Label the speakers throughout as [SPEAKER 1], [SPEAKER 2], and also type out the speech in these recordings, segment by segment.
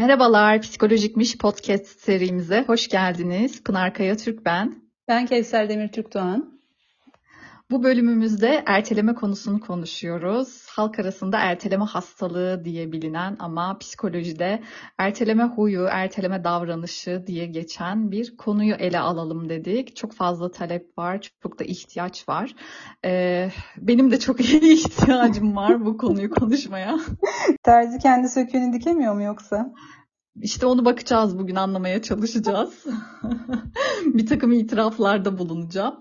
[SPEAKER 1] Merhabalar, Psikolojikmiş podcast serimize hoş geldiniz. Pınar Kaya Türk ben.
[SPEAKER 2] Ben Kevser Demir Türkdoğan.
[SPEAKER 1] Bu bölümümüzde erteleme konusunu konuşuyoruz. Halk arasında erteleme hastalığı diye bilinen ama psikolojide erteleme huyu, erteleme davranışı diye geçen bir konuyu ele alalım dedik. Çok fazla talep var, çok da ihtiyaç var. Benim de çok iyi ihtiyacım var bu konuyu konuşmaya.
[SPEAKER 2] Terzi kendi söküğünü dikemiyor mu yoksa?
[SPEAKER 1] İşte onu bakacağız, bugün anlamaya çalışacağız. Bir takım itiraflarda bulunacağım.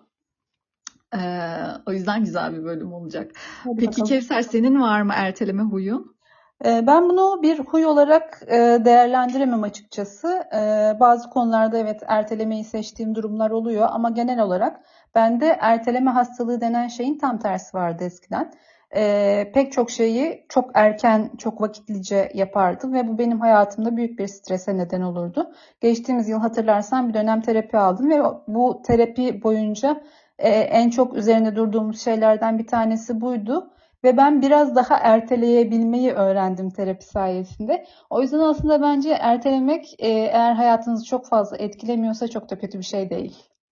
[SPEAKER 1] O yüzden güzel bir bölüm olacak.
[SPEAKER 2] Hadi
[SPEAKER 1] Peki
[SPEAKER 2] bakalım.
[SPEAKER 1] Kevser, senin var mı erteleme huyun?
[SPEAKER 2] Ben bunu bir huy olarak değerlendiremem açıkçası. Bazı konularda evet ertelemeyi seçtiğim durumlar oluyor ama genel olarak bende erteleme hastalığı denen şeyin tam tersi vardı eskiden. Pek çok şeyi çok erken, çok vakitlice yapardım ve bu benim hayatımda büyük bir strese neden olurdu. Geçtiğimiz yıl hatırlarsan bir dönem terapi aldım ve bu terapi boyunca en çok üzerinde durduğumuz şeylerden bir tanesi buydu. Ve ben biraz daha erteleyebilmeyi öğrendim terapi sayesinde. O yüzden aslında bence ertelemek eğer hayatınızı çok fazla etkilemiyorsa çok da kötü bir şey değil.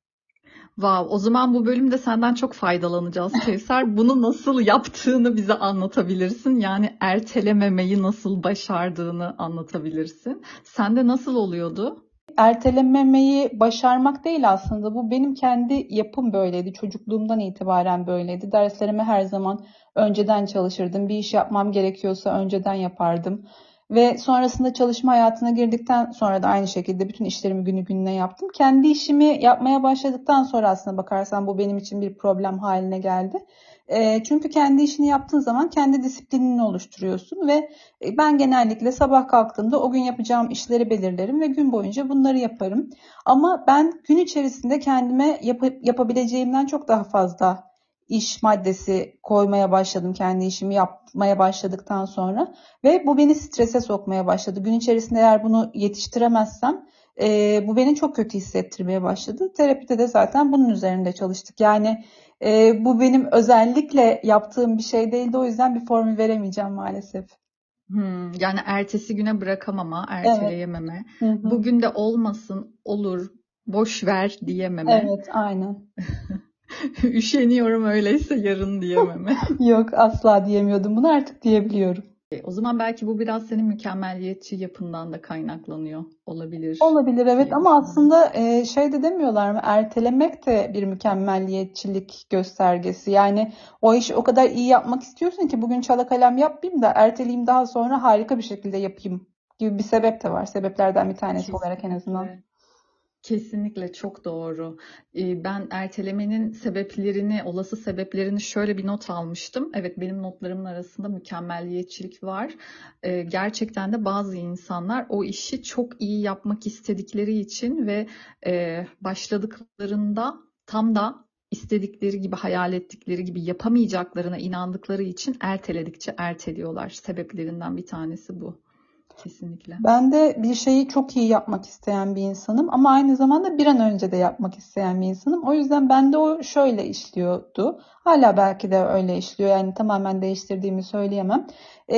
[SPEAKER 1] Wow, o zaman bu bölümde senden çok faydalanacağız Kevser. Bunu nasıl yaptığını bize anlatabilirsin. Yani ertelememeyi nasıl başardığını anlatabilirsin. Sende nasıl oluyordu?
[SPEAKER 2] Ertelememeyi başarmak değil aslında. Bu benim kendi yapım böyleydi. Çocukluğumdan itibaren böyleydi. Derslerime her zaman önceden çalışırdım. Bir iş yapmam gerekiyorsa önceden yapardım. Ve sonrasında çalışma hayatına girdikten sonra da aynı şekilde bütün işlerimi günü gününe yaptım. Kendi işimi yapmaya başladıktan sonra aslında bakarsan bu benim için bir problem haline geldi. Çünkü kendi işini yaptığın zaman kendi disiplinini oluşturuyorsun ve ben genellikle sabah kalktığımda o gün yapacağım işleri belirlerim ve gün boyunca bunları yaparım. Ama ben gün içerisinde kendime yapabileceğimden çok daha fazla iş maddesi koymaya başladım kendi işimi yapmaya başladıktan sonra ve bu beni strese sokmaya başladı. Gün içerisinde eğer bunu yetiştiremezsem bu beni çok kötü hissettirmeye başladı. Terapide de zaten bunun üzerinde çalıştık. Yani bu benim özellikle yaptığım bir şey değildi. O yüzden bir formül veremeyeceğim maalesef.
[SPEAKER 1] Yani ertesi güne bırakamama,
[SPEAKER 2] Evet.
[SPEAKER 1] erteleyememe,
[SPEAKER 2] Hı hı.
[SPEAKER 1] bugün de olmasın, olur, boş ver diyememe,
[SPEAKER 2] Evet, aynen.
[SPEAKER 1] üşeniyorum öyleyse yarın diyememe.
[SPEAKER 2] Yok, asla diyemiyordum bunu, artık diyebiliyorum.
[SPEAKER 1] O zaman belki bu biraz senin mükemmeliyetçi yapından da kaynaklanıyor olabilir
[SPEAKER 2] Olabilir evet,
[SPEAKER 1] diye
[SPEAKER 2] ama
[SPEAKER 1] düşündüm.
[SPEAKER 2] aslında şey de demiyorlar mı? Ertelemek de bir mükemmeliyetçilik göstergesi. Yani o işi o kadar iyi yapmak istiyorsun ki bugün çala kalem yapmayayım da erteleyeyim, daha sonra harika bir şekilde yapayım gibi bir sebep de var. Sebeplerden bir tanesi olarak en azından.
[SPEAKER 1] Kesinlikle. Kesinlikle çok doğru. Ben ertelemenin sebeplerini, olası sebeplerini şöyle bir not almıştım. Evet, benim notlarımın arasında mükemmeliyetçilik var. Gerçekten de bazı insanlar o işi çok iyi yapmak istedikleri için ve başladıklarında tam da istedikleri gibi, hayal ettikleri gibi yapamayacaklarına inandıkları için erteledikçe erteliyorlar. Sebeplerinden bir tanesi bu. Kesinlikle.
[SPEAKER 2] Ben de bir şeyi çok iyi yapmak isteyen bir insanım ama aynı zamanda bir an önce de yapmak isteyen bir insanım. O yüzden bende o şöyle işliyordu. Hala belki de öyle işliyor. Yani tamamen değiştirdiğimi söyleyemem.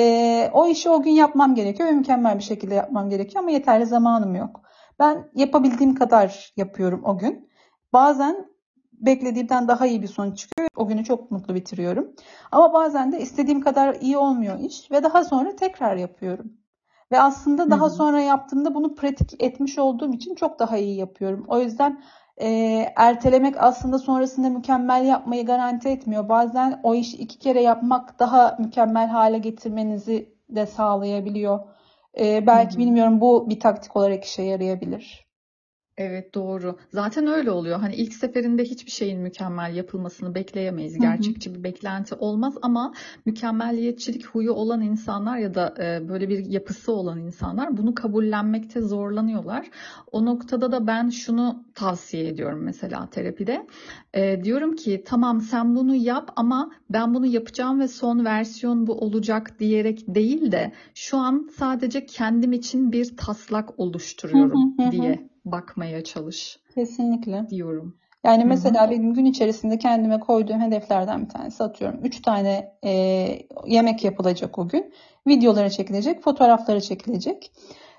[SPEAKER 2] O işi o gün yapmam gerekiyor ve mükemmel bir şekilde yapmam gerekiyor ama yeterli zamanım yok. Ben yapabildiğim kadar yapıyorum o gün. Bazen beklediğimden daha iyi bir sonuç çıkıyor. O günü çok mutlu bitiriyorum. Ama bazen de istediğim kadar iyi olmuyor iş ve daha sonra tekrar yapıyorum. Ve aslında
[SPEAKER 1] Hı
[SPEAKER 2] daha
[SPEAKER 1] hı.
[SPEAKER 2] sonra yaptığımda bunu pratik etmiş olduğum için çok daha iyi yapıyorum. O yüzden ertelemek aslında sonrasında mükemmel yapmayı garanti etmiyor. Bazen o işi 2 kere yapmak daha mükemmel hale getirmenizi de sağlayabiliyor.
[SPEAKER 1] Hı
[SPEAKER 2] Belki
[SPEAKER 1] hı.
[SPEAKER 2] bilmiyorum, bu bir taktik olarak işe yarayabilir.
[SPEAKER 1] Evet, doğru. Zaten öyle oluyor. Hani ilk seferinde hiçbir şeyin mükemmel yapılmasını bekleyemeyiz.
[SPEAKER 2] Hı hı.
[SPEAKER 1] Gerçekçi bir beklenti olmaz ama mükemmeliyetçilik huyu olan insanlar ya da böyle bir yapısı olan insanlar bunu kabullenmekte zorlanıyorlar. O noktada da ben şunu tavsiye ediyorum mesela terapide. Diyorum ki tamam, sen bunu yap ama ben bunu yapacağım ve son versiyon bu olacak diyerek değil de şu an sadece kendim için bir taslak
[SPEAKER 2] Hı hı
[SPEAKER 1] oluşturuyorum
[SPEAKER 2] hı hı.
[SPEAKER 1] diye bakmaya çalış
[SPEAKER 2] Kesinlikle.
[SPEAKER 1] diyorum.
[SPEAKER 2] Yani
[SPEAKER 1] Hı hı.
[SPEAKER 2] mesela benim gün içerisinde kendime koyduğum hedeflerden bir tanesi, atıyorum 3 tane yemek yapılacak o gün. Videoları çekilecek, fotoğrafları çekilecek.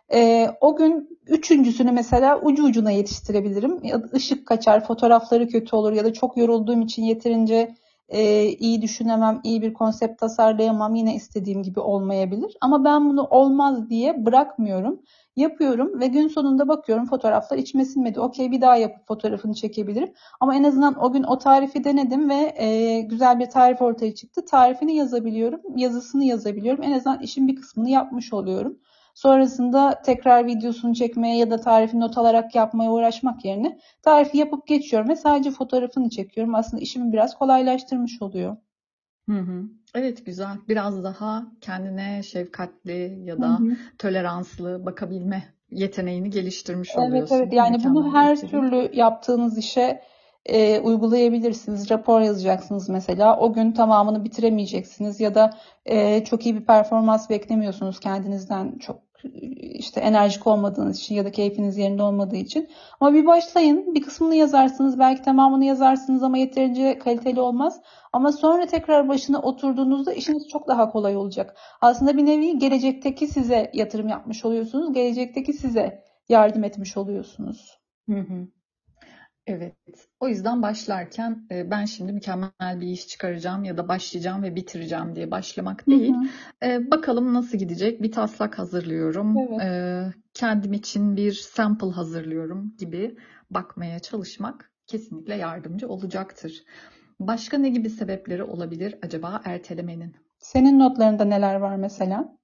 [SPEAKER 2] O gün üçüncüsünü mesela ucu ucuna yetiştirebilirim. Ya da ışık kaçar, fotoğrafları kötü olur ya da çok yorulduğum için yeterince iyi düşünemem, iyi bir konsept tasarlayamam, yine istediğim gibi olmayabilir. Ama ben bunu olmaz diye bırakmıyorum. Yapıyorum ve gün sonunda bakıyorum fotoğraflar içime sinmedi. Okey, bir daha yapıp fotoğrafını çekebilirim. Ama en azından o gün o tarifi denedim ve güzel bir tarif ortaya çıktı. Tarifini yazabiliyorum, yazısını yazabiliyorum. En azından işin bir kısmını yapmış oluyorum. Sonrasında tekrar videosunu çekmeye ya da tarifi not alarak yapmaya uğraşmak yerine tarifi yapıp geçiyorum ve sadece fotoğrafını çekiyorum. Aslında işimi biraz kolaylaştırmış oluyor.
[SPEAKER 1] Hı hı. Evet, güzel. Biraz daha kendine şefkatli
[SPEAKER 2] Hı
[SPEAKER 1] ya da
[SPEAKER 2] hı.
[SPEAKER 1] toleranslı bakabilme yeteneğini geliştirmiş
[SPEAKER 2] Evet, evet,
[SPEAKER 1] oluyorsun,
[SPEAKER 2] yani bunu her
[SPEAKER 1] mükemmeliyetçiliği.
[SPEAKER 2] türlü yaptığınız işe uygulayabilirsiniz. Rapor yazacaksınız mesela. O gün tamamını bitiremeyeceksiniz ya da çok iyi bir performans beklemiyorsunuz kendinizden, çok işte enerjik olmadığınız için ya da keyfiniz yerinde olmadığı için. Ama bir başlayın. Bir kısmını yazarsınız, belki tamamını yazarsınız ama yeterince kaliteli olmaz. Ama sonra tekrar başına oturduğunuzda işiniz çok daha kolay olacak. Aslında bir nevi gelecekteki size yatırım yapmış oluyorsunuz. Gelecekteki size yardım etmiş oluyorsunuz.
[SPEAKER 1] Hı hı. Evet. O yüzden başlarken ben şimdi mükemmel bir iş çıkaracağım ya da başlayacağım ve bitireceğim diye başlamak
[SPEAKER 2] Hı
[SPEAKER 1] değil.
[SPEAKER 2] hı.
[SPEAKER 1] Bakalım nasıl gidecek? Bir taslak hazırlıyorum.
[SPEAKER 2] Evet.
[SPEAKER 1] Kendim için bir sample hazırlıyorum gibi bakmaya çalışmak kesinlikle yardımcı olacaktır. Başka ne gibi sebepleri olabilir acaba ertelemenin?
[SPEAKER 2] Senin notlarında neler var mesela?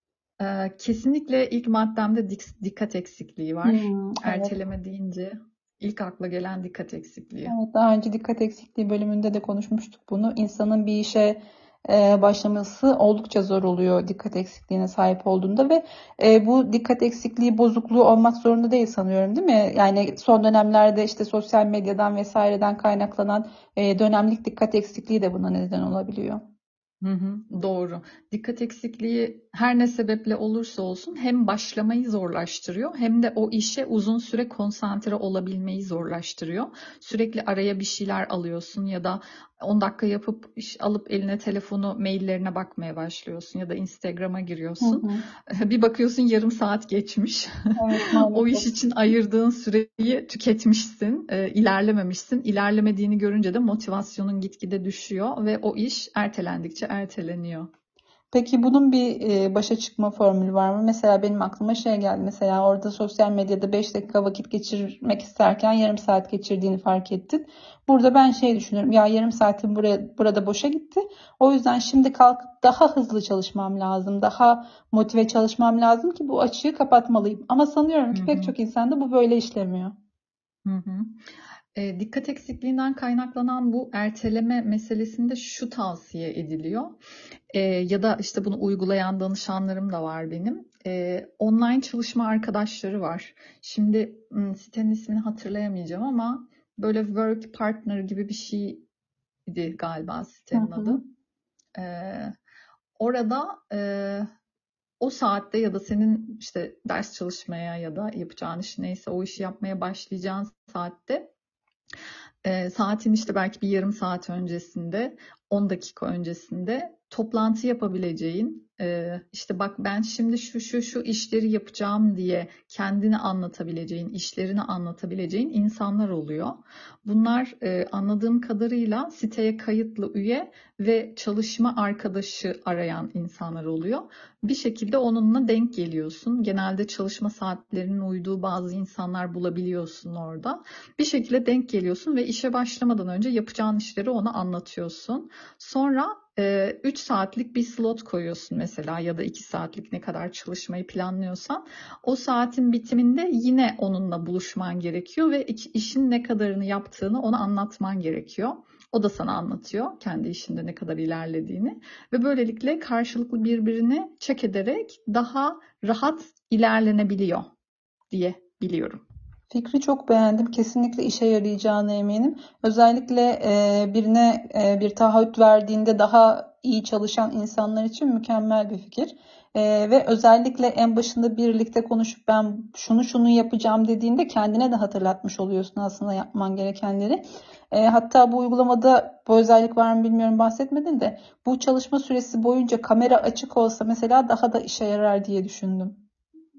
[SPEAKER 1] Kesinlikle ilk maddemde dikkat eksikliği var.
[SPEAKER 2] Evet.
[SPEAKER 1] Erteleme deyince ilk akla gelen dikkat eksikliği.
[SPEAKER 2] Evet, daha önce dikkat eksikliği bölümünde de konuşmuştuk bunu. İnsanın bir işe başlaması oldukça zor oluyor dikkat eksikliğine sahip olduğunda ve bu dikkat eksikliği bozukluğu olmak zorunda değil sanıyorum, değil mi? Yani son dönemlerde işte sosyal medyadan vesaireden kaynaklanan dönemlik dikkat eksikliği de buna neden olabiliyor.
[SPEAKER 1] Hı hı, doğru. Dikkat eksikliği her ne sebeple olursa olsun hem başlamayı zorlaştırıyor hem de o işe uzun süre konsantre olabilmeyi zorlaştırıyor. Sürekli araya bir şeyler alıyorsun ya da 10 dakika yapıp iş alıp eline telefonu maillerine bakmaya başlıyorsun ya da Instagram'a
[SPEAKER 2] Hı
[SPEAKER 1] giriyorsun.
[SPEAKER 2] hı.
[SPEAKER 1] Bir bakıyorsun yarım saat geçmiş.
[SPEAKER 2] Evet,
[SPEAKER 1] O iş
[SPEAKER 2] maalesef.
[SPEAKER 1] için ayırdığın süreyi tüketmişsin, ilerlememişsin. İlerlemediğini görünce de motivasyonun gitgide düşüyor ve o iş ertelendikçe erteleniyor.
[SPEAKER 2] Peki bunun bir başa çıkma formülü var mı? Mesela benim aklıma şey geldi. Mesela orada sosyal medyada 5 dakika vakit geçirmek isterken yarım saat geçirdiğini fark ettin. Burada ben şey düşünüyorum. Ya yarım saatim burada boşa gitti. O yüzden şimdi kalkıp daha hızlı çalışmam lazım. Daha motive çalışmam lazım ki bu açığı kapatmalıyım. Ama sanıyorum
[SPEAKER 1] Hı
[SPEAKER 2] ki pek
[SPEAKER 1] hı,
[SPEAKER 2] çok insanda bu böyle işlemiyor.
[SPEAKER 1] hı hı. Dikkat eksikliğinden kaynaklanan bu erteleme meselesinde şu tavsiye ediliyor. Ya da işte bunu uygulayan danışanlarım da var benim. Online çalışma arkadaşları var. Şimdi sitenin ismini hatırlayamayacağım ama böyle work partner gibi bir şeydi galiba
[SPEAKER 2] Hı
[SPEAKER 1] sitenin
[SPEAKER 2] hı.
[SPEAKER 1] adı. Ee, Orada o saatte ya da senin işte ders çalışmaya ya da yapacağın iş neyse o işi yapmaya başlayacağın saatte saatin işte belki bir yarım saat öncesinde, 10 dakika öncesinde toplantı yapabileceğin, işte bak ben şimdi şu işleri yapacağım diye kendini anlatabileceğin, işlerini anlatabileceğin insanlar oluyor. Bunlar anladığım kadarıyla siteye kayıtlı üye ve çalışma arkadaşı arayan insanlar oluyor. Bir şekilde onunla denk geliyorsun. Genelde çalışma saatlerinin uyduğu bazı insanlar bulabiliyorsun orada. Bir şekilde denk geliyorsun ve işe başlamadan önce yapacağın işleri ona anlatıyorsun. Sonra 3 saatlik bir slot koyuyorsun mesela ya da 2 saatlik ne kadar çalışmayı planlıyorsan. O saatin bitiminde yine onunla buluşman gerekiyor ve işin ne kadarını yaptığını ona anlatman gerekiyor. O da sana anlatıyor kendi işinde ne kadar ilerlediğini ve böylelikle karşılıklı birbirini check ederek daha rahat ilerlenebiliyor diye biliyorum.
[SPEAKER 2] Fikri çok beğendim. Kesinlikle işe yarayacağına eminim. Özellikle birine bir taahhüt verdiğinde daha iyi çalışan insanlar için mükemmel bir fikir. Ve özellikle en başında birlikte konuşup ben şunu yapacağım dediğinde kendine de hatırlatmış oluyorsun aslında yapman gerekenleri. Hatta bu uygulamada bu özellik var mı bilmiyorum, bahsetmedin de bu çalışma süresi boyunca kamera açık olsa mesela daha da işe yarar diye düşündüm.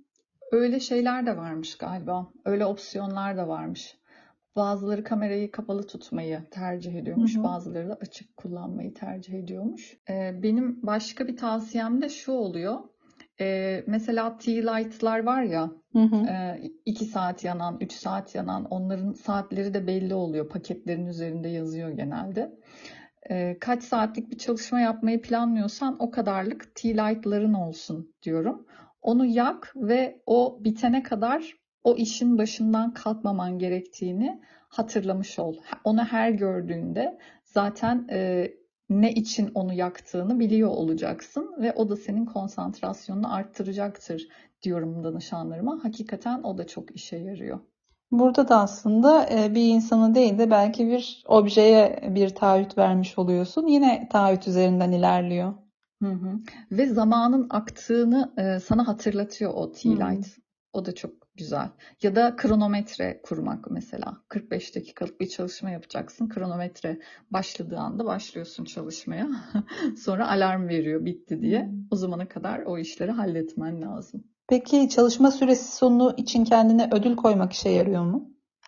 [SPEAKER 1] Öyle şeyler de varmış galiba. Öyle opsiyonlar da varmış. Bazıları kamerayı kapalı tutmayı tercih
[SPEAKER 2] Hı
[SPEAKER 1] ediyormuş,
[SPEAKER 2] hı.
[SPEAKER 1] bazıları da açık kullanmayı tercih ediyormuş. Benim başka bir tavsiyem de şu oluyor. Mesela tea light'lar var ya,
[SPEAKER 2] Hı hı.
[SPEAKER 1] 2 saat yanan, 3 saat yanan, onların saatleri de belli oluyor. Paketlerin üzerinde yazıyor genelde. Kaç saatlik bir çalışma yapmayı planlıyorsan o kadarlık tea light'ların olsun diyorum. Onu yak ve o bitene kadar o işin başından kalkmaman gerektiğini hatırlamış ol. Onu her gördüğünde zaten ne için onu yaktığını biliyor olacaksın ve o da senin konsantrasyonunu arttıracaktır diyorum danışanlarıma. Hakikaten o da çok işe yarıyor.
[SPEAKER 2] Burada da aslında bir insanı değil de belki bir objeye bir taahhüt vermiş oluyorsun. Yine taahhüt üzerinden ilerliyor.
[SPEAKER 1] Hı hı. Ve zamanın aktığını sana hatırlatıyor o tea
[SPEAKER 2] Hmm.
[SPEAKER 1] light. O da çok güzel. Ya da kronometre kurmak mesela. 45 dakikalık bir çalışma yapacaksın. Kronometre başladığı anda başlıyorsun çalışmaya. Sonra alarm veriyor bitti diye.
[SPEAKER 2] Hmm.
[SPEAKER 1] O zamana kadar o işleri halletmen lazım.
[SPEAKER 2] Peki çalışma süresi sonu için kendine ödül koymak işe yarıyor mu?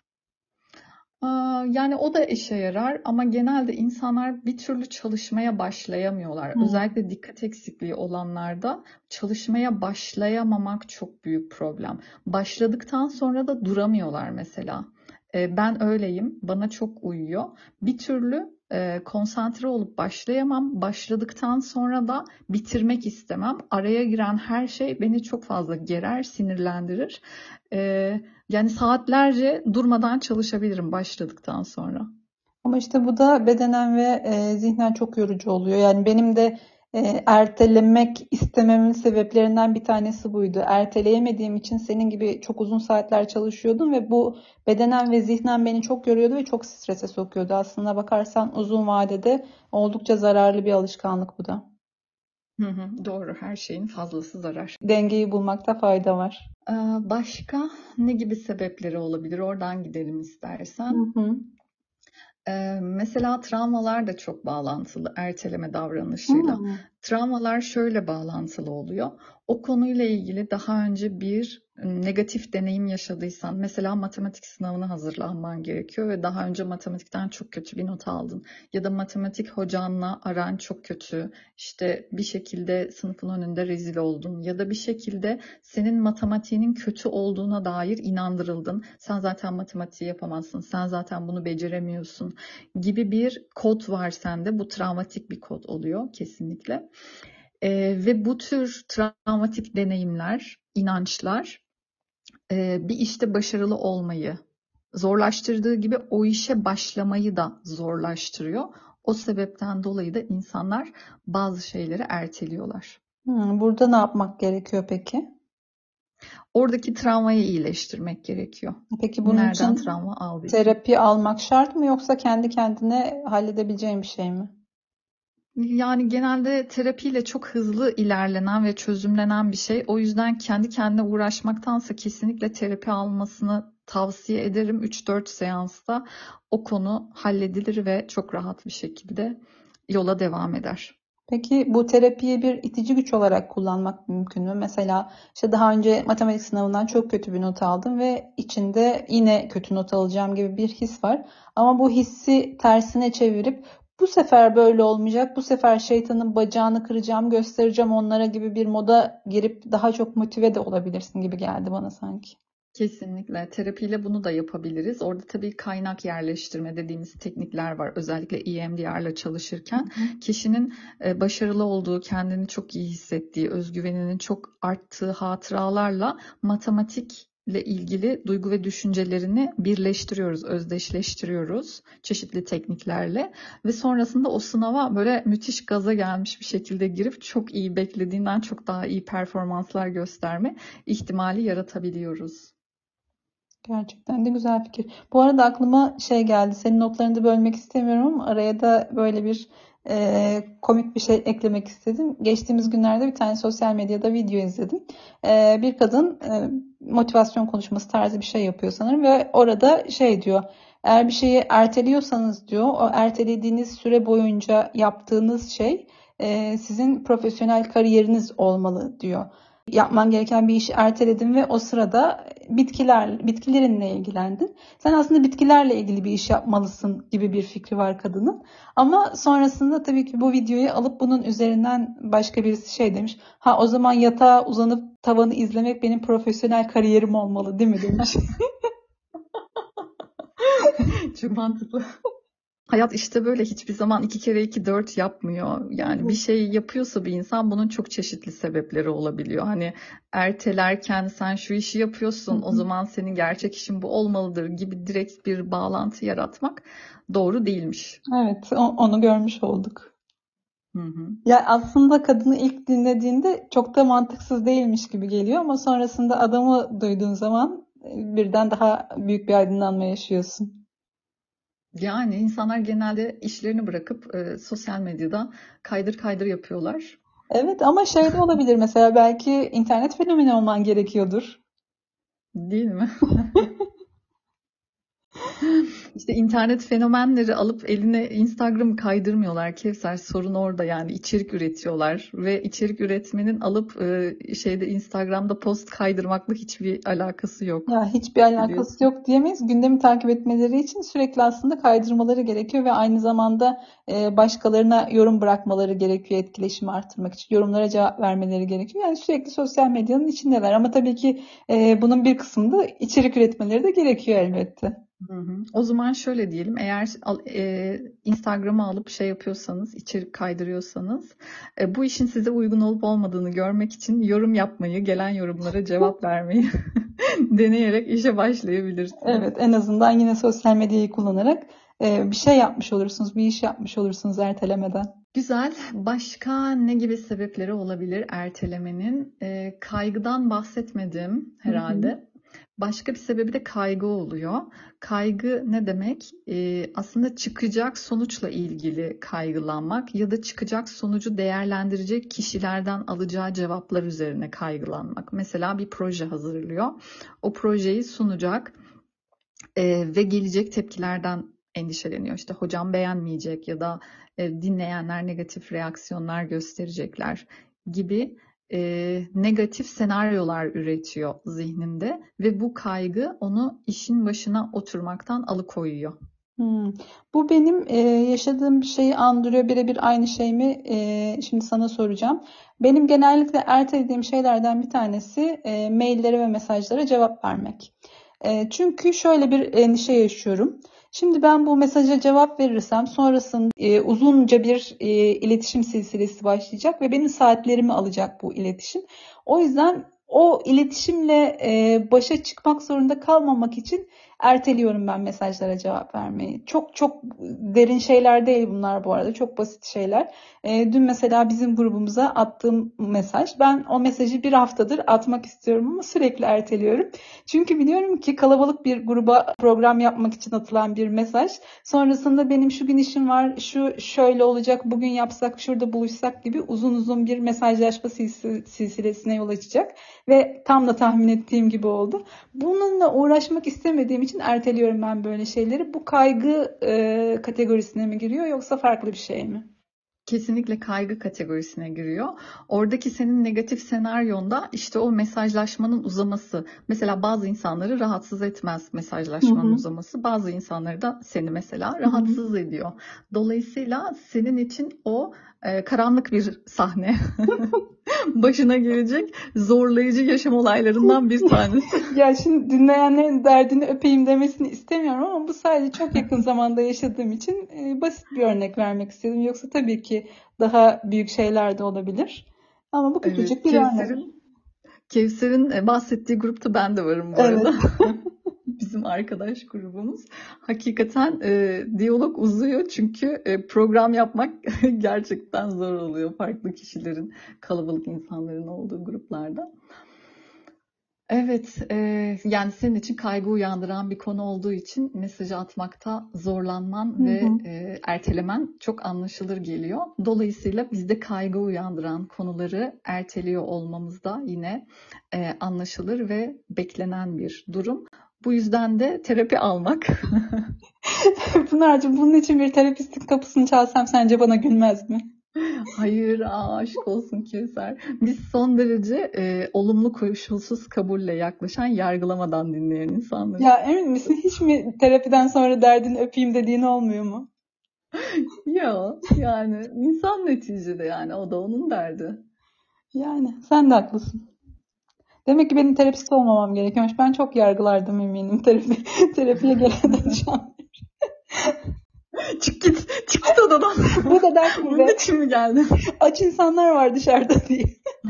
[SPEAKER 1] Yani o da işe yarar ama genelde insanlar bir türlü çalışmaya başlayamıyorlar.
[SPEAKER 2] Hmm.
[SPEAKER 1] Özellikle dikkat eksikliği olanlarda çalışmaya başlayamamak çok büyük problem. Başladıktan sonra da duramıyorlar mesela. Ben öyleyim, bana çok uyuyor. Bir türlü konsantre olup başlayamam. Başladıktan sonra da bitirmek istemem. Araya giren her şey beni çok fazla gerer, sinirlendirir. Yani saatlerce durmadan çalışabilirim başladıktan sonra.
[SPEAKER 2] Ama işte bu da bedenen ve zihnen çok yorucu oluyor. Yani benim de ertelemek istememin sebeplerinden bir tanesi buydu. Erteleyemediğim için senin gibi çok uzun saatler çalışıyordum ve bu bedenen ve zihnen beni çok yoruyordu ve çok strese sokuyordu. Aslına bakarsan uzun vadede oldukça zararlı bir alışkanlık bu da.
[SPEAKER 1] Hı hı, doğru. Her şeyin fazlası zarar.
[SPEAKER 2] Dengeyi bulmakta fayda var.
[SPEAKER 1] Başka ne gibi sebepleri olabilir? Oradan gidelim
[SPEAKER 2] Hı
[SPEAKER 1] istersen.
[SPEAKER 2] hı.
[SPEAKER 1] Mesela travmalar da çok bağlantılı erteleme davranışıyla.
[SPEAKER 2] Hmm.
[SPEAKER 1] Travmalar şöyle bağlantılı oluyor. O konuyla ilgili daha önce bir negatif deneyim yaşadıysan, mesela matematik sınavına hazırlanman gerekiyor ve daha önce matematikten çok kötü bir not aldın. Ya da matematik hocanla aran çok kötü, işte bir şekilde sınıfın önünde rezil oldun. Ya da bir şekilde senin matematiğinin kötü olduğuna dair inandırıldın. Sen zaten matematiği yapamazsın, sen zaten bunu beceremiyorsun gibi bir kod var sende. Bu travmatik bir kod oluyor kesinlikle. Ve bu tür travmatik deneyimler, inançlar bir işte başarılı olmayı zorlaştırdığı gibi o işe başlamayı da zorlaştırıyor. O sebepten dolayı da insanlar bazı şeyleri erteliyorlar.
[SPEAKER 2] Burada ne yapmak gerekiyor peki?
[SPEAKER 1] Oradaki travmayı iyileştirmek gerekiyor.
[SPEAKER 2] Peki bunun
[SPEAKER 1] Nereden
[SPEAKER 2] için
[SPEAKER 1] travma aldıysan.
[SPEAKER 2] terapi almak şart mı yoksa kendi kendine halledebileceğin bir şey mi?
[SPEAKER 1] Yani genelde terapiyle çok hızlı ilerlenen ve çözümlenen bir şey. O yüzden kendi kendine uğraşmaktansa kesinlikle terapi almasını tavsiye ederim. 3-4 seansta o konu halledilir ve çok rahat bir şekilde yola devam eder.
[SPEAKER 2] Peki bu terapiyi bir itici güç olarak kullanmak mümkün mü? Mesela işte daha önce matematik sınavından çok kötü bir not aldım ve içinde yine kötü not alacağım gibi bir his var. Ama bu hissi tersine çevirip bu sefer böyle olmayacak, bu sefer şeytanın bacağını kıracağım, göstereceğim onlara gibi bir moda girip daha çok motive de olabilirsin gibi geldi bana sanki.
[SPEAKER 1] Kesinlikle. Terapiyle bunu da yapabiliriz. Orada tabii kaynak yerleştirme dediğimiz teknikler var. Özellikle EMDR'la çalışırken kişinin başarılı olduğu, kendini çok iyi hissettiği, özgüveninin çok arttığı hatıralarla matematikle ilgili duygu ve düşüncelerini birleştiriyoruz, özdeşleştiriyoruz çeşitli tekniklerle ve sonrasında o sınava böyle müthiş gaza gelmiş bir şekilde girip çok iyi beklediğinden çok daha iyi performanslar gösterme ihtimali yaratabiliyoruz.
[SPEAKER 2] Gerçekten de güzel fikir. Bu arada aklıma şey geldi. Senin notlarını da bölmek istemiyorum ama araya da böyle bir komik bir şey eklemek istedim. Geçtiğimiz günlerde bir tane sosyal medyada video izledim. Bir kadın motivasyon konuşması tarzı bir şey yapıyor sanırım ve orada şey diyor. Eğer bir şeyi erteliyorsanız diyor, o ertelediğiniz süre boyunca yaptığınız şey sizin profesyonel kariyeriniz olmalı diyor. Yapman gereken bir işi erteledin ve o sırada bitkilerinle ilgilendin. Sen aslında bitkilerle ilgili bir iş yapmalısın gibi bir fikri var kadının. Ama sonrasında tabii ki bu videoyu alıp bunun üzerinden başka birisi şey demiş. Ha, o zaman yatağa uzanıp tavanı izlemek benim profesyonel kariyerim olmalı, değil mi demiş.
[SPEAKER 1] Çok mantıklı. Hayat işte böyle, hiçbir zaman 2 kere 2 4 yapmıyor. Yani bir şey yapıyorsa bir insan, bunun çok çeşitli sebepleri olabiliyor. Hani ertelerken sen şu işi yapıyorsun, o zaman senin gerçek işin bu olmalıdır gibi direkt bir bağlantı yaratmak doğru değilmiş.
[SPEAKER 2] Evet, onu görmüş olduk.
[SPEAKER 1] Hı hı.
[SPEAKER 2] Ya aslında kadını ilk dinlediğinde çok da mantıksız değilmiş gibi geliyor ama sonrasında adamı duyduğun zaman birden daha büyük bir aydınlanma yaşıyorsun.
[SPEAKER 1] Yani insanlar genelde işlerini bırakıp sosyal medyada kaydır kaydır yapıyorlar.
[SPEAKER 2] Evet, ama şey de olabilir, mesela belki internet fenomeni olman gerekiyordur.
[SPEAKER 1] Değil mi? İşte internet fenomenleri alıp eline Instagram kaydırmıyorlar Kevser. Sorun orada, yani içerik üretiyorlar ve içerik üretmenin alıp şeyde Instagram'da post kaydırmakla hiçbir alakası yok,
[SPEAKER 2] Ya hiçbir alakası
[SPEAKER 1] biliyorsun.
[SPEAKER 2] yok diyemeyiz. Gündemi takip etmeleri için sürekli aslında kaydırmaları gerekiyor ve aynı zamanda başkalarına yorum bırakmaları gerekiyor etkileşimi arttırmak için. Yorumlara cevap vermeleri gerekiyor. Yani sürekli sosyal medyanın içindeler ama tabii ki bunun bir kısmında içerik üretmeleri de gerekiyor elbette.
[SPEAKER 1] Hı hı. O zaman şöyle diyelim, eğer Instagram'ı alıp şey yapıyorsanız, içerik kaydırıyorsanız, bu işin size uygun olup olmadığını görmek için yorum yapmayı, gelen yorumlara cevap vermeyi deneyerek işe başlayabilirsiniz.
[SPEAKER 2] Evet, en azından yine sosyal medyayı kullanarak bir şey yapmış olursunuz, bir iş yapmış olursunuz ertelemeden.
[SPEAKER 1] Güzel. Başka ne gibi sebepleri olabilir ertelemenin? Kaygıdan bahsetmedim
[SPEAKER 2] Hı hı.
[SPEAKER 1] herhalde. Başka bir sebebi de kaygı oluyor. Kaygı ne demek? Aslında çıkacak sonuçla ilgili kaygılanmak ya da çıkacak sonucu değerlendirecek kişilerden alacağı cevaplar üzerine kaygılanmak. Mesela bir proje hazırlıyor. O projeyi sunacak ve gelecek tepkilerden endişeleniyor. İşte hocam beğenmeyecek ya da dinleyenler negatif reaksiyonlar gösterecekler gibi negatif senaryolar üretiyor zihninde ve bu kaygı onu işin başına oturmaktan alıkoyuyor.
[SPEAKER 2] Hmm. Bu benim yaşadığım bir şeyi andırıyor. Birebir aynı şey mi? Şimdi sana soracağım. Benim genellikle ertelediğim şeylerden bir tanesi maillere ve mesajlara cevap vermek. Çünkü şöyle bir endişe yaşıyorum. Şimdi ben bu mesaja cevap verirsem sonrasında uzunca bir iletişim silsilesi başlayacak ve benim saatlerimi alacak bu iletişim. O yüzden o iletişimle başa çıkmak zorunda kalmamak için erteliyorum ben mesajlara cevap vermeyi. Çok çok derin şeyler değil bunlar bu arada. Çok basit şeyler. Dün mesela bizim grubumuza attığım mesaj. Ben o mesajı bir haftadır atmak istiyorum ama sürekli erteliyorum. Çünkü biliyorum ki kalabalık bir gruba program yapmak için atılan bir mesaj. Sonrasında benim şu gün işim var, şu şöyle olacak, bugün yapsak, şurada buluşsak gibi uzun uzun bir mesajlaşma silsilesine yol açacak. Ve tam da tahmin ettiğim gibi oldu. Bununla uğraşmak istemediğim için erteliyorum ben böyle şeyleri. Bu kaygı kategorisine mi giriyor yoksa farklı bir şey mi?
[SPEAKER 1] Kesinlikle kaygı kategorisine giriyor. Oradaki senin negatif senaryonda işte o mesajlaşmanın uzaması. Mesela bazı insanları rahatsız etmez
[SPEAKER 2] Hı
[SPEAKER 1] mesajlaşmanın
[SPEAKER 2] hı.
[SPEAKER 1] uzaması. Bazı insanları da seni mesela
[SPEAKER 2] Hı hı.
[SPEAKER 1] rahatsız ediyor. Dolayısıyla senin için o karanlık bir sahne. Başına gelecek zorlayıcı yaşam olaylarından bir tanesi.
[SPEAKER 2] Ya şimdi dinleyenlerin derdini öpeyim demesini istemiyorum ama bu sadece çok yakın zamanda yaşadığım için basit bir örnek vermek istedim. Yoksa tabii ki daha büyük şeyler de olabilir. Ama bu
[SPEAKER 1] Evet,
[SPEAKER 2] küçücük bir örnek.
[SPEAKER 1] Kevser'in bahsettiği grupta ben de varım bu
[SPEAKER 2] Evet.
[SPEAKER 1] arada. Bizim arkadaş grubumuz. Hakikaten diyalog uzuyor çünkü program yapmak gerçekten zor oluyor farklı kişilerin, kalabalık insanların olduğu gruplarda. Evet, yani senin için kaygı uyandıran bir konu olduğu için mesajı atmakta
[SPEAKER 2] Hı
[SPEAKER 1] zorlanman ve
[SPEAKER 2] hı.
[SPEAKER 1] ertelemen çok anlaşılır geliyor. Dolayısıyla bizde kaygı uyandıran konuları erteliyor olmamız da yine anlaşılır ve beklenen bir durum. Bu yüzden de terapi almak.
[SPEAKER 2] Pınar'cığım, bunun için bir terapistin kapısını çalsam sence bana gülmez mi?
[SPEAKER 1] Hayır, aşk olsun Kevser. Biz son derece olumlu koşulsuz kabulle yaklaşan, yargılamadan dinleyen insanlarız.
[SPEAKER 2] Ya emin misin? Hiç mi terapiden sonra derdini öpeyim dediğin olmuyor mu?
[SPEAKER 1] Ya yani insan neticede, yani o da onun derdi.
[SPEAKER 2] Yani sen de haklısın. Demek ki benim terapist olmamam gerekiyormuş. Ben çok yargılardım eminim terapiye gelene şu an.
[SPEAKER 1] Çık git, çık git odadan.
[SPEAKER 2] Bu da dert
[SPEAKER 1] Bunun
[SPEAKER 2] gibi.
[SPEAKER 1] için mi geldin?
[SPEAKER 2] Aç insanlar var dışarıda diye.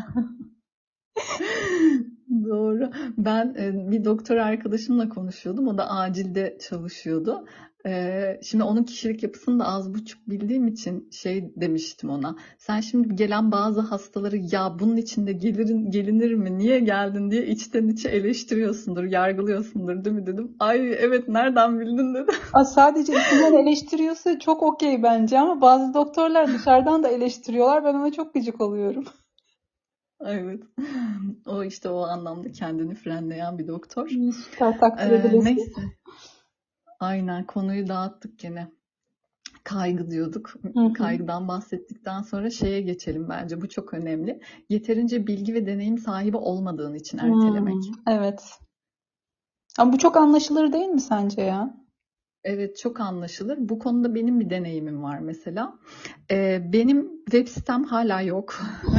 [SPEAKER 1] Doğru. Ben bir doktor arkadaşımla konuşuyordum. O da acilde çalışıyordu. Şimdi onun kişilik yapısını da az buçuk bildiğim için şey demiştim ona. Sen şimdi gelen bazı hastaları ya bunun içinde gelinir mi? Niye geldin diye içten içe eleştiriyorsundur, yargılıyorsundur değil mi dedim. Ay evet, nereden bildin dedi.
[SPEAKER 2] Sadece içinden eleştiriyorsa çok okey bence ama bazı doktorlar dışarıdan da eleştiriyorlar. Ben ona çok gıcık oluyorum.
[SPEAKER 1] Evet. O işte o anlamda kendini frenleyen bir doktor.
[SPEAKER 2] Süper, takdir edilesi.
[SPEAKER 1] Neyse. Aynen, konuyu dağıttık gene. Kaygı diyorduk.
[SPEAKER 2] Hı hı.
[SPEAKER 1] Kaygıdan bahsettikten sonra şeye geçelim bence. Bu çok önemli. Yeterince bilgi ve deneyim sahibi olmadığın için ertelemek.
[SPEAKER 2] Evet. Ama bu çok anlaşılır değil mi sence ya?
[SPEAKER 1] Evet, çok anlaşılır. Bu konuda benim bir deneyimim var mesela. Benim web sitem hala yok.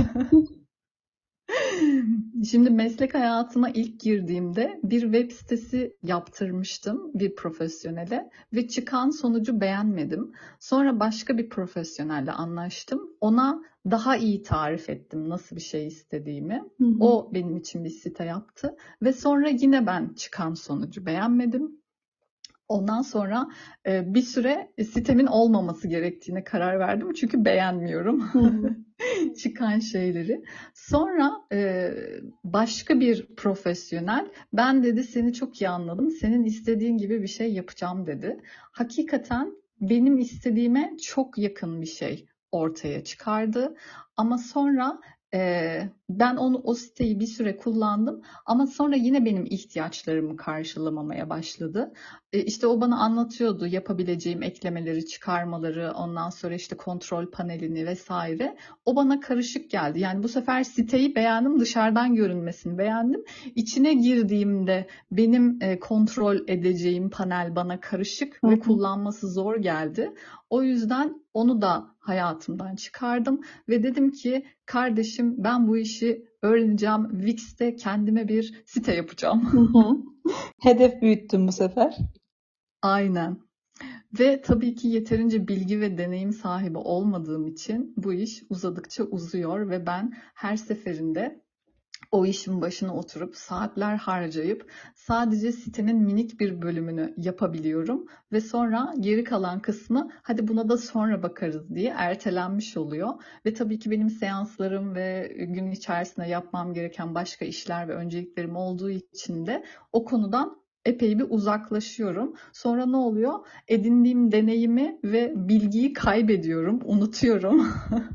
[SPEAKER 1] Şimdi meslek hayatıma ilk girdiğimde bir web sitesi yaptırmıştım bir profesyonele ve çıkan sonucu beğenmedim. Sonra başka bir profesyonelle anlaştım. Ona daha iyi tarif ettim nasıl bir şey istediğimi.
[SPEAKER 2] Hı hı.
[SPEAKER 1] O benim için bir site yaptı ve sonra yine ben çıkan sonucu beğenmedim. Ondan sonra bir süre sitemin olmaması gerektiğine karar verdim. Çünkü beğenmiyorum
[SPEAKER 2] Hı hı.
[SPEAKER 1] çıkan şeyleri. Sonra başka bir profesyonel, ben dedi seni çok iyi anladım. Senin istediğin gibi bir şey yapacağım dedi. Hakikaten benim istediğime çok yakın bir şey ortaya çıkardı. Ama sonra ben o siteyi bir süre kullandım. Ama sonra yine benim ihtiyaçlarımı karşılamamaya başladı. İşte o bana anlatıyordu yapabileceğim eklemeleri, çıkarmaları, ondan sonra işte kontrol panelini vesaire. O bana karışık geldi. Yani bu sefer siteyi beğendim, dışarıdan görünmesini beğendim. İçine girdiğimde benim kontrol edeceğim panel bana karışık
[SPEAKER 2] Hı
[SPEAKER 1] ve
[SPEAKER 2] hı.
[SPEAKER 1] kullanması zor geldi. O yüzden onu da hayatımdan çıkardım ve dedim ki kardeşim, ben bu işi öğreneceğim. Wix'te kendime bir site yapacağım.
[SPEAKER 2] Hı hı. Hedef büyüttüm bu sefer.
[SPEAKER 1] Aynen. Ve tabii ki yeterince bilgi ve deneyim sahibi olmadığım için bu iş uzadıkça uzuyor ve ben her seferinde o işin başına oturup saatler harcayıp sadece sitenin minik bir bölümünü yapabiliyorum ve sonra geri kalan kısmı hadi buna da sonra bakarız diye ertelenmiş oluyor. Ve tabii ki benim seanslarım ve gün içerisinde yapmam gereken başka işler ve önceliklerim olduğu için de o konudan epey bir uzaklaşıyorum. Sonra ne oluyor? Edindiğim deneyimi ve bilgiyi kaybediyorum, unutuyorum.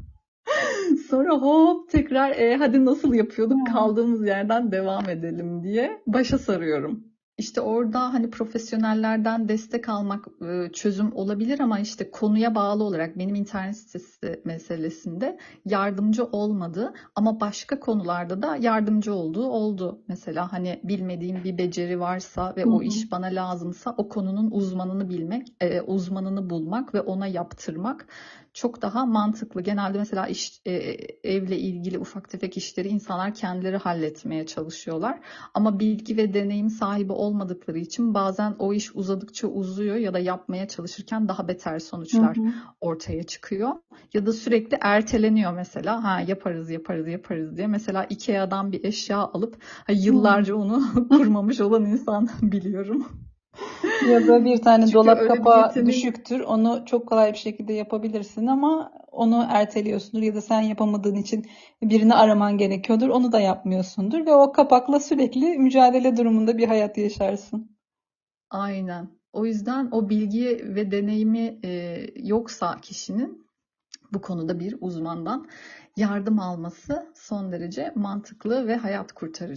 [SPEAKER 1] Sonra hop tekrar hadi nasıl yapıyorduk, kaldığımız yerden devam edelim diye başa sarıyorum. İşte orada hani profesyonellerden destek almak çözüm olabilir ama işte konuya bağlı olarak benim internet sitesi meselesinde yardımcı olmadı ama başka konularda da yardımcı olduğu oldu. Mesela hani bilmediğim bir beceri varsa ve
[SPEAKER 2] Hı
[SPEAKER 1] o
[SPEAKER 2] hı.
[SPEAKER 1] iş bana lazımsa o konunun uzmanını bilmek, uzmanını bulmak ve ona yaptırmak çok daha mantıklı. Genelde mesela evle ilgili ufak tefek işleri insanlar kendileri halletmeye çalışıyorlar. Ama bilgi ve deneyim sahibi olmadıkları için bazen o iş uzadıkça uzuyor ya da yapmaya çalışırken daha beter
[SPEAKER 2] Hı
[SPEAKER 1] sonuçlar
[SPEAKER 2] hı.
[SPEAKER 1] ortaya çıkıyor. Ya da sürekli erteleniyor mesela. Ha yaparız yaparız yaparız diye. Mesela IKEA'dan bir eşya alıp yıllarca onu kurmamış olan insan biliyorum.
[SPEAKER 2] Ya da bir tane
[SPEAKER 1] Çünkü
[SPEAKER 2] dolap
[SPEAKER 1] öyle bir
[SPEAKER 2] kapağı
[SPEAKER 1] yeteneği.
[SPEAKER 2] düşüktür. Onu çok kolay bir şekilde yapabilirsin ama onu erteliyorsundur ya da sen yapamadığın için birini araman gerekiyordur. Onu da yapmıyorsundur ve o kapakla sürekli mücadele durumunda bir hayat yaşarsın.
[SPEAKER 1] Aynen. O yüzden o bilgi ve deneyimi yoksa kişinin bu konuda bir uzmandan yardım alması son derece mantıklı ve hayat kurtarıcı.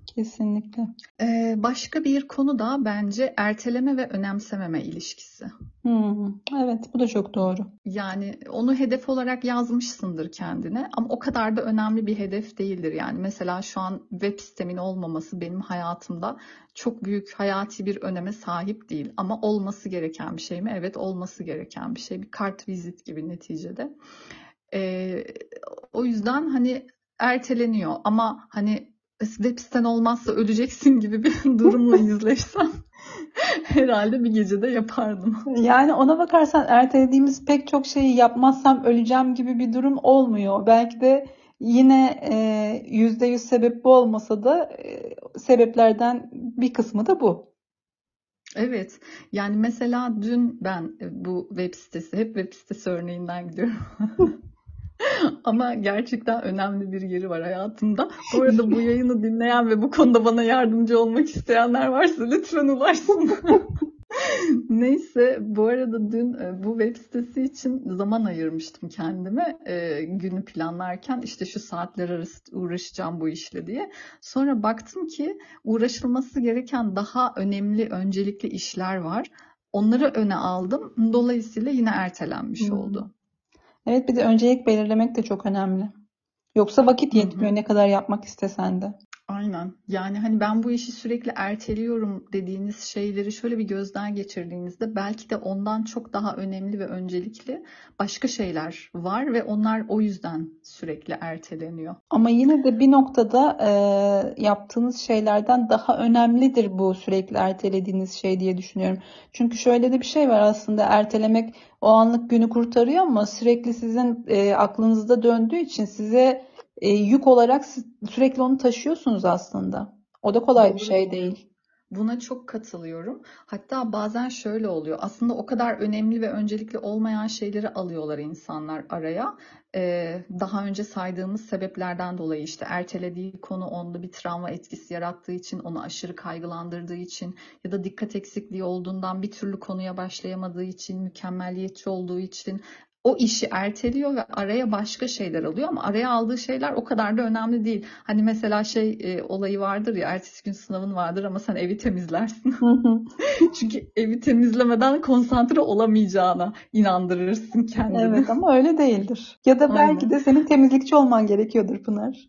[SPEAKER 2] Kesinlikle.
[SPEAKER 1] Başka bir konu da bence erteleme ve önemsememe ilişkisi.
[SPEAKER 2] Evet, bu da çok doğru.
[SPEAKER 1] Yani onu hedef olarak yazmışsındır kendine ama o kadar da önemli bir hedef değildir. Yani mesela şu an web sitemin olmaması benim hayatımda çok büyük hayati bir öneme sahip değil. Ama olması gereken bir şey mi? Evet, olması gereken bir şey. Bir kart vizit gibi neticede. Ee, O yüzden hani erteleniyor ama hani web siten olmazsa öleceksin gibi bir durumla yüzleşsem herhalde bir gecede yapardım.
[SPEAKER 2] Yani ona bakarsan ertelediğimiz pek çok şeyi yapmazsam öleceğim gibi bir durum olmuyor. Belki de yine %100 sebep bu olmasa da sebeplerden bir kısmı da bu.
[SPEAKER 1] Evet, yani mesela dün ben bu web sitesi, hep web sitesi örneğinden gidiyorum. Ama gerçekten önemli bir yeri var hayatımda. Bu arada bu yayını dinleyen ve bu konuda bana yardımcı olmak isteyenler varsa lütfen ulaşsın. Neyse, bu arada dün bu web sitesi için zaman ayırmıştım kendime. Günü planlarken işte şu saatler arası uğraşacağım bu işle diye. Sonra baktım ki uğraşılması gereken daha önemli, öncelikli işler var. Onları öne aldım. Dolayısıyla yine ertelenmiş
[SPEAKER 2] Hmm.
[SPEAKER 1] oldu.
[SPEAKER 2] Evet, bir de öncelik belirlemek de çok önemli. Yoksa vakit
[SPEAKER 1] Hı
[SPEAKER 2] yetmiyor
[SPEAKER 1] hı.
[SPEAKER 2] ne kadar yapmak istesen de.
[SPEAKER 1] Aynen. Yani hani ben bu işi sürekli erteliyorum dediğiniz şeyleri şöyle bir gözden geçirdiğinizde belki de ondan çok daha önemli ve öncelikli başka şeyler var ve onlar o yüzden sürekli erteleniyor.
[SPEAKER 2] Ama yine de bir noktada yaptığınız şeylerden daha önemlidir bu sürekli ertelediğiniz şey diye düşünüyorum. Çünkü şöyle de bir şey var, aslında ertelemek o anlık günü kurtarıyor ama sürekli sizin aklınızda döndüğü için size yük olarak sürekli onu taşıyorsunuz aslında. O da kolay bir
[SPEAKER 1] Doğru.
[SPEAKER 2] şey değil.
[SPEAKER 1] Buna çok katılıyorum. Hatta bazen şöyle oluyor. Aslında o kadar önemli ve öncelikli olmayan şeyleri alıyorlar insanlar araya. Daha önce saydığımız sebeplerden dolayı işte ertelediği konu onda bir travma etkisi yarattığı için, onu aşırı kaygılandırdığı için ya da dikkat eksikliği olduğundan bir türlü konuya başlayamadığı için, mükemmelliyetçi olduğu için o işi erteliyor ve araya başka şeyler alıyor ama araya aldığı şeyler o kadar da önemli değil. Hani mesela olayı vardır ya, ertesi gün sınavın vardır ama sen evi temizlersin.
[SPEAKER 2] Hı hı.
[SPEAKER 1] Çünkü evi temizlemeden konsantre olamayacağına inandırırsın kendini.
[SPEAKER 2] Evet, ama öyle değildir. Ya da belki
[SPEAKER 1] Aynen.
[SPEAKER 2] de senin temizlikçi olman gerekiyordur Pınar.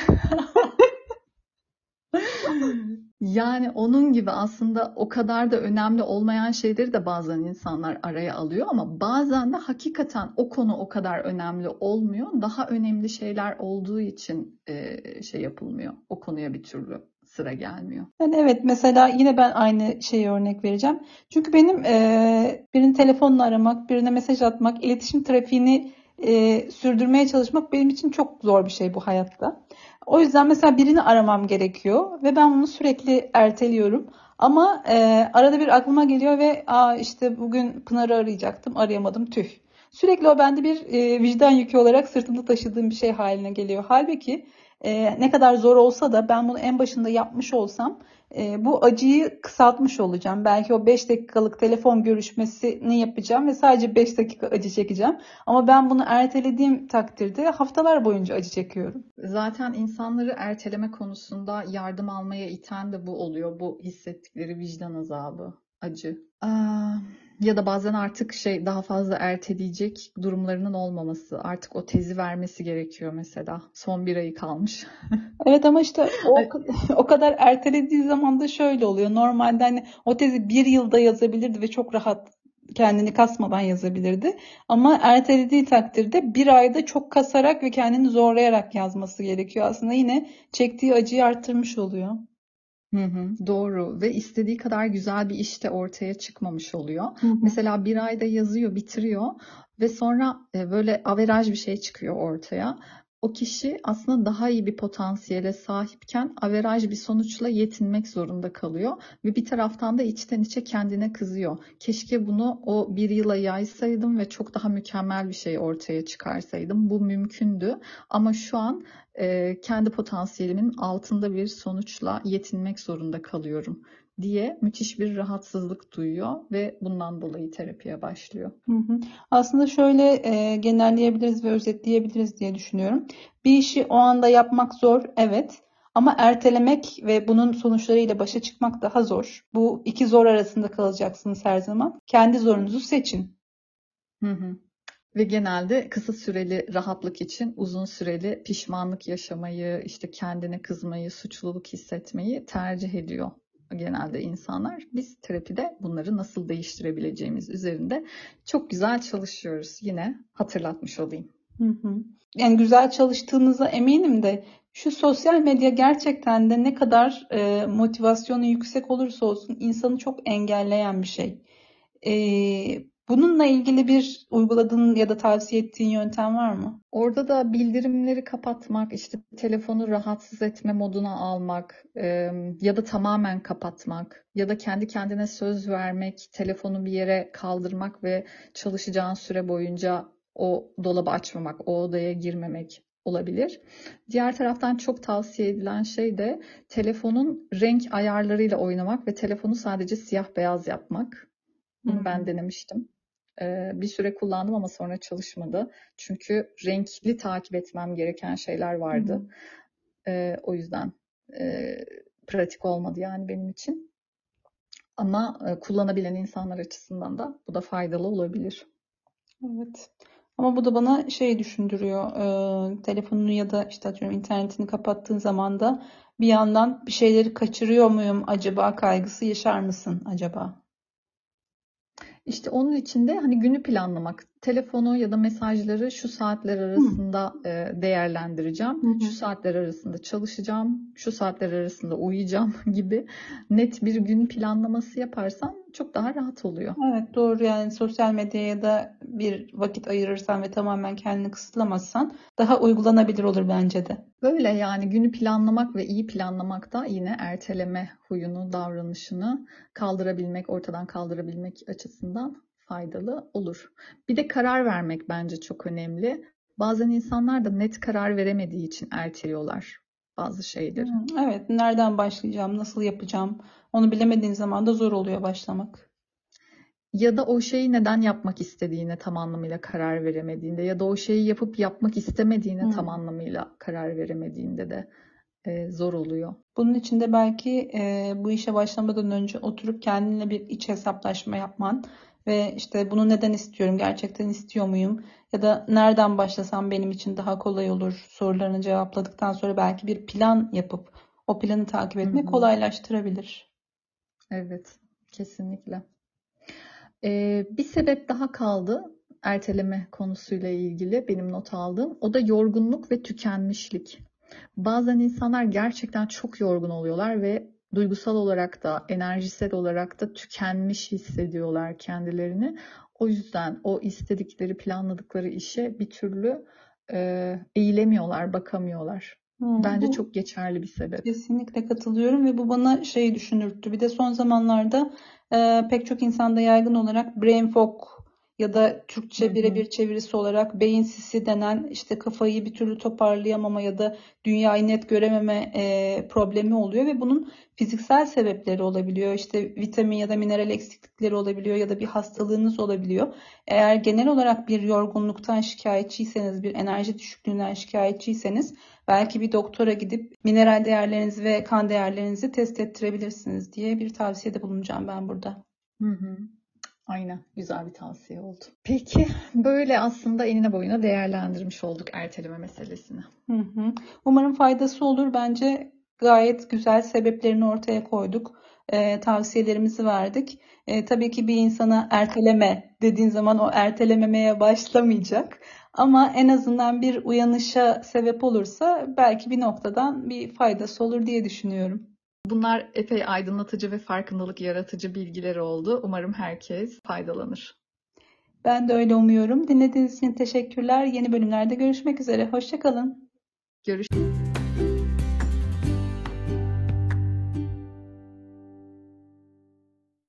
[SPEAKER 1] Yani onun gibi aslında o kadar da önemli olmayan şeyleri de bazen insanlar araya alıyor ama bazen de hakikaten o konu o kadar önemli olmuyor. Daha önemli şeyler olduğu için şey yapılmıyor. O konuya bir türlü sıra gelmiyor.
[SPEAKER 2] Yani evet, mesela yine ben aynı şeyi örnek vereceğim. Çünkü benim birini telefonla aramak, birine mesaj atmak, iletişim trafiğini sürdürmeye çalışmak benim için çok zor bir şey bu hayatta. O yüzden mesela birini aramam gerekiyor ve ben bunu sürekli erteliyorum. Ama arada bir aklıma geliyor ve işte bugün Pınar'ı arayacaktım, arayamadım, tüh. Sürekli o bende bir vicdan yükü olarak sırtımda taşıdığım bir şey haline geliyor. Halbuki ne kadar zor olsa da ben bunu en başında yapmış olsam bu acıyı kısaltmış olacağım. Belki o 5 dakikalık telefon görüşmesini yapacağım ve sadece 5 dakika acı çekeceğim. Ama ben bunu ertelediğim takdirde haftalar boyunca acı çekiyorum.
[SPEAKER 1] Zaten insanları erteleme konusunda yardım almaya iten de bu oluyor. Bu hissettikleri vicdan azabı, acı. Ya da bazen artık daha fazla erteleyecek durumlarının olmaması. Artık o tezi vermesi gerekiyor mesela. Son bir ayı kalmış.
[SPEAKER 2] Evet, ama işte o kadar ertelediği zaman da şöyle oluyor. Normalde hani o tezi bir yılda yazabilirdi ve çok rahat, kendini kasmadan yazabilirdi. Ama ertelediği takdirde bir ayda çok kasarak ve kendini zorlayarak yazması gerekiyor. Aslında yine çektiği acıyı arttırmış oluyor.
[SPEAKER 1] Hı hı, doğru ve istediği kadar güzel bir iş de ortaya çıkmamış oluyor.
[SPEAKER 2] Hı hı.
[SPEAKER 1] Mesela bir ayda yazıyor, bitiriyor ve sonra böyle averaj bir şey çıkıyor ortaya. O kişi aslında daha iyi bir potansiyele sahipken averaj bir sonuçla yetinmek zorunda kalıyor ve bir taraftan da içten içe kendine kızıyor. Keşke bunu o bir yıla yaysaydım ve çok daha mükemmel bir şey ortaya çıkarsaydım. Bu mümkündü ama şu an kendi potansiyelimin altında bir sonuçla yetinmek zorunda kalıyorum diye müthiş bir rahatsızlık duyuyor ve bundan dolayı terapiye başlıyor.
[SPEAKER 2] Hı hı. Aslında şöyle genelleyebiliriz ve özetleyebiliriz diye düşünüyorum. Bir işi o anda yapmak zor, evet. Ama ertelemek ve bunun sonuçlarıyla başa çıkmak daha zor. Bu iki zor arasında kalacaksınız her zaman. Kendi zorunuzu seçin.
[SPEAKER 1] Hı hı. Ve genelde kısa süreli rahatlık için uzun süreli pişmanlık yaşamayı, işte kendine kızmayı, suçluluk hissetmeyi tercih ediyor genelde insanlar. Biz terapide bunları nasıl değiştirebileceğimiz üzerinde çok güzel çalışıyoruz. Yine hatırlatmış olayım.
[SPEAKER 2] Hı hı. Yani güzel çalıştığınıza eminim de şu sosyal medya gerçekten de ne kadar motivasyonu yüksek olursa olsun insanı çok engelleyen bir şey. Bununla ilgili bir uyguladığın ya da tavsiye ettiğin yöntem var mı?
[SPEAKER 1] Orada da bildirimleri kapatmak, işte telefonu rahatsız etme moduna almak, ya da tamamen kapatmak ya da kendi kendine söz vermek, telefonu bir yere kaldırmak ve çalışacağın süre boyunca o dolabı açmamak, o odaya girmemek olabilir. Diğer taraftan çok tavsiye edilen şey de telefonun renk ayarlarıyla oynamak ve telefonu sadece siyah beyaz yapmak.
[SPEAKER 2] Hı
[SPEAKER 1] Bunu ben
[SPEAKER 2] hı.
[SPEAKER 1] denemiştim. Bir süre kullandım ama sonra çalışmadı. Çünkü renkli takip etmem gereken şeyler
[SPEAKER 2] Hı hı.
[SPEAKER 1] vardı. O yüzden e, pratik olmadı yani benim için. Ama kullanabilen insanlar açısından da bu da faydalı olabilir.
[SPEAKER 2] Evet. Ama bu da bana şey düşündürüyor. Telefonunu ya da işte atıyorum internetini kapattığın zaman da bir yandan bir şeyleri kaçırıyor muyum acaba kaygısı yaşar mısın acaba?
[SPEAKER 1] İşte onun için de hani günü planlamak. Telefonu ya da mesajları şu saatler
[SPEAKER 2] Hı
[SPEAKER 1] arasında değerlendireceğim.
[SPEAKER 2] hı.
[SPEAKER 1] Şu
[SPEAKER 2] Hı.
[SPEAKER 1] saatler arasında çalışacağım. Şu saatler arasında uyuyacağım gibi net bir gün planlaması yaparsan çok daha rahat oluyor.
[SPEAKER 2] Evet doğru, yani sosyal medyaya da bir vakit ayırırsan ve tamamen kendini kısıtlamazsan daha uygulanabilir olur bence de.
[SPEAKER 1] Böyle yani günü planlamak ve iyi planlamak da yine erteleme huyunu, davranışını kaldırabilmek, ortadan kaldırabilmek açısından faydalı olur. Bir de karar vermek bence çok önemli. Bazen insanlar da net karar veremediği için erteliyorlar bazı şeyleri.
[SPEAKER 2] Evet, nereden başlayacağım, nasıl yapacağım onu bilemediğin zaman da zor oluyor başlamak.
[SPEAKER 1] Ya da o şeyi neden yapmak istediğine tam anlamıyla karar veremediğinde ya da o şeyi yapıp yapmak istemediğine tam
[SPEAKER 2] Hmm.
[SPEAKER 1] anlamıyla karar veremediğinde de zor oluyor.
[SPEAKER 2] Bunun için de belki bu işe başlamadan önce oturup kendinle bir iç hesaplaşma yapman ve işte bunu neden istiyorum, gerçekten istiyor muyum ya da nereden başlasam benim için daha kolay olur sorularını cevapladıktan sonra belki bir plan yapıp o planı takip
[SPEAKER 1] Hı
[SPEAKER 2] etmek
[SPEAKER 1] hı.
[SPEAKER 2] kolaylaştırabilir.
[SPEAKER 1] Evet, kesinlikle. Bir sebep daha kaldı erteleme konusuyla ilgili benim not aldığım. O da yorgunluk ve tükenmişlik. Bazen insanlar gerçekten çok yorgun oluyorlar ve duygusal olarak da enerjisel olarak da tükenmiş hissediyorlar kendilerini. O yüzden o istedikleri, planladıkları işe bir türlü eğilemiyorlar, bakamıyorlar. Bence
[SPEAKER 2] Bu
[SPEAKER 1] çok geçerli bir sebep.
[SPEAKER 2] kesinlikle katılıyorum ve bu bana şey düşündürttü. Bir de son zamanlarda pek çok insanda yaygın olarak brain fog ya da
[SPEAKER 1] Hı
[SPEAKER 2] Türkçe
[SPEAKER 1] hı.
[SPEAKER 2] birebir çevirisi olarak beyin sisi denen işte kafayı bir türlü toparlayamama ya da dünyayı net görememe problemi oluyor ve bunun fiziksel sebepleri olabiliyor. İşte vitamin ya da mineral eksiklikleri olabiliyor ya da bir hastalığınız olabiliyor. Eğer genel olarak bir yorgunluktan şikayetçiyseniz, bir enerji düşüklüğünden şikayetçiyseniz belki bir doktora gidip mineral değerlerinizi ve kan değerlerinizi test ettirebilirsiniz diye bir tavsiyede bulunacağım ben burada.
[SPEAKER 1] Hı hı. Aynen, güzel bir tavsiye oldu. Peki, böyle aslında enine boyuna değerlendirmiş olduk erteleme meselesini.
[SPEAKER 2] Hı hı. Umarım faydası olur. Bence gayet güzel sebeplerini ortaya koyduk. Tavsiyelerimizi verdik. Tabii ki bir insana erteleme dediğin zaman o ertelememeye başlamayacak. Ama en azından bir uyanışa sebep olursa belki bir noktadan bir faydası olur diye düşünüyorum.
[SPEAKER 1] Bunlar epey aydınlatıcı ve farkındalık yaratıcı bilgiler oldu. Umarım herkes faydalanır.
[SPEAKER 2] Ben de öyle umuyorum. Dinlediğiniz için teşekkürler. Yeni bölümlerde görüşmek üzere. Hoşça kalın.
[SPEAKER 1] Görüşürüz.